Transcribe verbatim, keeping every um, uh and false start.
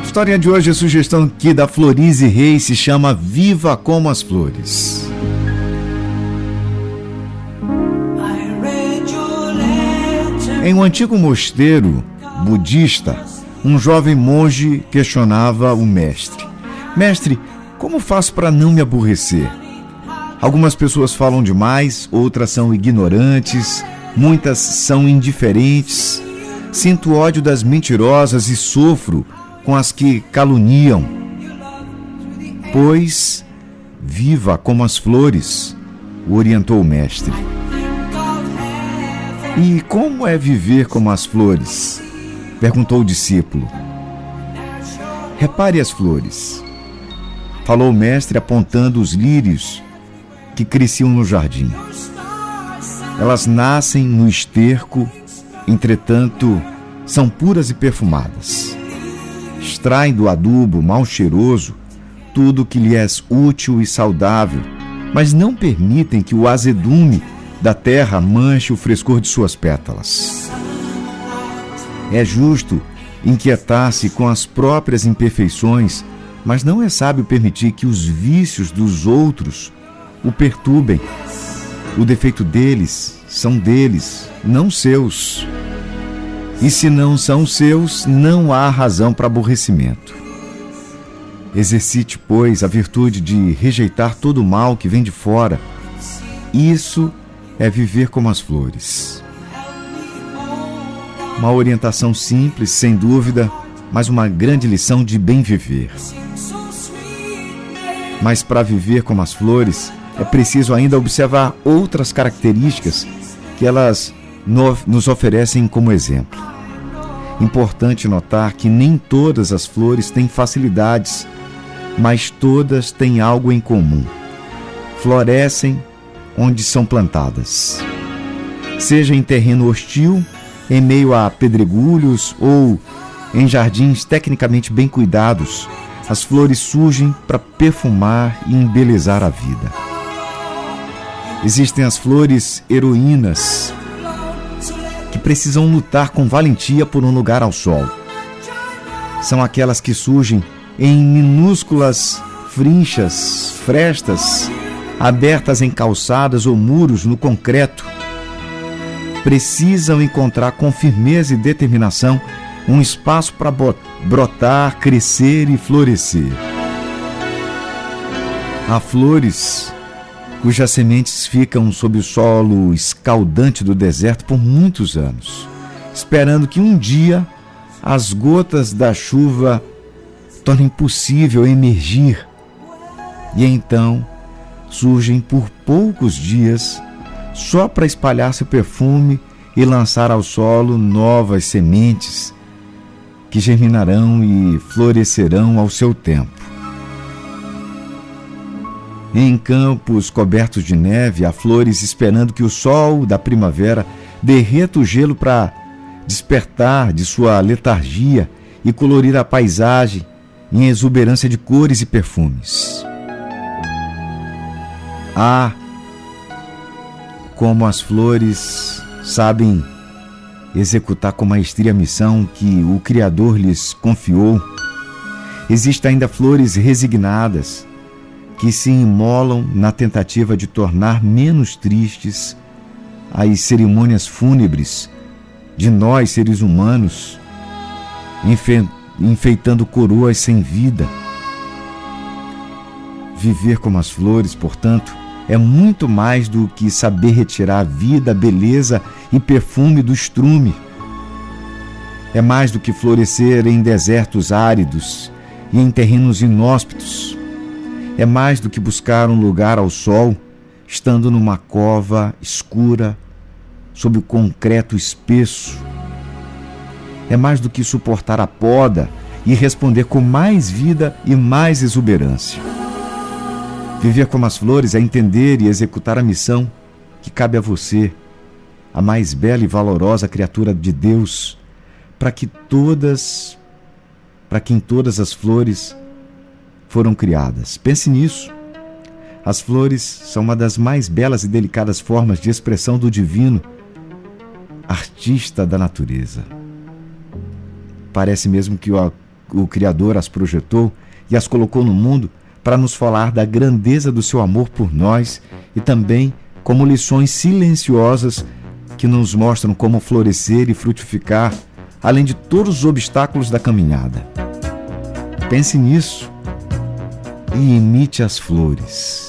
História de hoje, a sugestão aqui da Florize Reis se chama Viva como as Flores. Em um antigo mosteiro budista, um jovem monge questionava o mestre: Mestre, como faço para não me aborrecer? Algumas pessoas falam demais, outras são ignorantes, muitas são indiferentes. Sinto ódio das mentirosas e sofro com as que caluniam. Pois viva como as flores, o orientou o mestre. E como é viver como as flores? Perguntou o discípulo. Repare as flores, falou o mestre apontando os lírios que cresciam no jardim. Elas nascem no esterco, entretanto, são puras e perfumadas. Extraem do adubo mal cheiroso tudo que lhe é útil e saudável, mas não permitem que o azedume da terra manche o frescor de suas pétalas. É justo inquietar-se com as próprias imperfeições, mas não é sábio permitir que os vícios dos outros o perturbem. O defeito deles são deles, não seus. E se não são seus, não há razão para aborrecimento. Exercite, pois, a virtude de rejeitar todo o mal que vem de fora. Isso é viver como as flores. Uma orientação simples, sem dúvida, mas uma grande lição de bem viver. Mas para viver como as flores, é preciso ainda observar outras características que elas nos oferecem como exemplo. Importante notar que nem todas as flores têm facilidades, mas todas têm algo em comum. Florescem onde são plantadas. Seja em terreno hostil, em meio a pedregulhos ou em jardins tecnicamente bem cuidados, as flores surgem para perfumar e embelezar a vida. Existem as flores heroínas, que precisam lutar com valentia por um lugar ao sol. São aquelas que surgem em minúsculas frinchas, frestas, abertas em calçadas ou muros no concreto. Precisam encontrar com firmeza e determinação um espaço para brotar, crescer e florescer. Há flores cujas sementes ficam sob o solo escaldante do deserto por muitos anos, esperando que um dia as gotas da chuva tornem possível emergir. E então surgem por poucos dias só para espalhar seu perfume e lançar ao solo novas sementes que germinarão e florescerão ao seu tempo. Em campos cobertos de neve, há flores esperando que o sol da primavera derreta o gelo para despertar de sua letargia e colorir a paisagem em exuberância de cores e perfumes. Ah, como as flores sabem executar com maestria a missão que o Criador lhes confiou. Existem ainda flores resignadas, que se imolam na tentativa de tornar menos tristes as cerimônias fúnebres de nós, seres humanos, enfe- enfeitando coroas sem vida. Viver como as flores, portanto, é muito mais do que saber retirar a vida, a beleza e perfume do estrume. É mais do que florescer em desertos áridos e em terrenos inóspitos. É mais do que buscar um lugar ao sol, estando numa cova escura, sob o concreto espesso. É mais do que suportar a poda e responder com mais vida e mais exuberância. Viver como as flores é entender e executar a missão que cabe a você, a mais bela e valorosa criatura de Deus, para que todas, para quem todas as flores foram criadas. Pense nisso. As flores são uma das mais belas e delicadas formas de expressão do divino, artista da natureza. Parece mesmo que o o Criador as projetou e as colocou no mundo para nos falar da grandeza do seu amor por nós e também como lições silenciosas que nos mostram como florescer e frutificar, além de todos os obstáculos da caminhada. Pense nisso e imite as flores.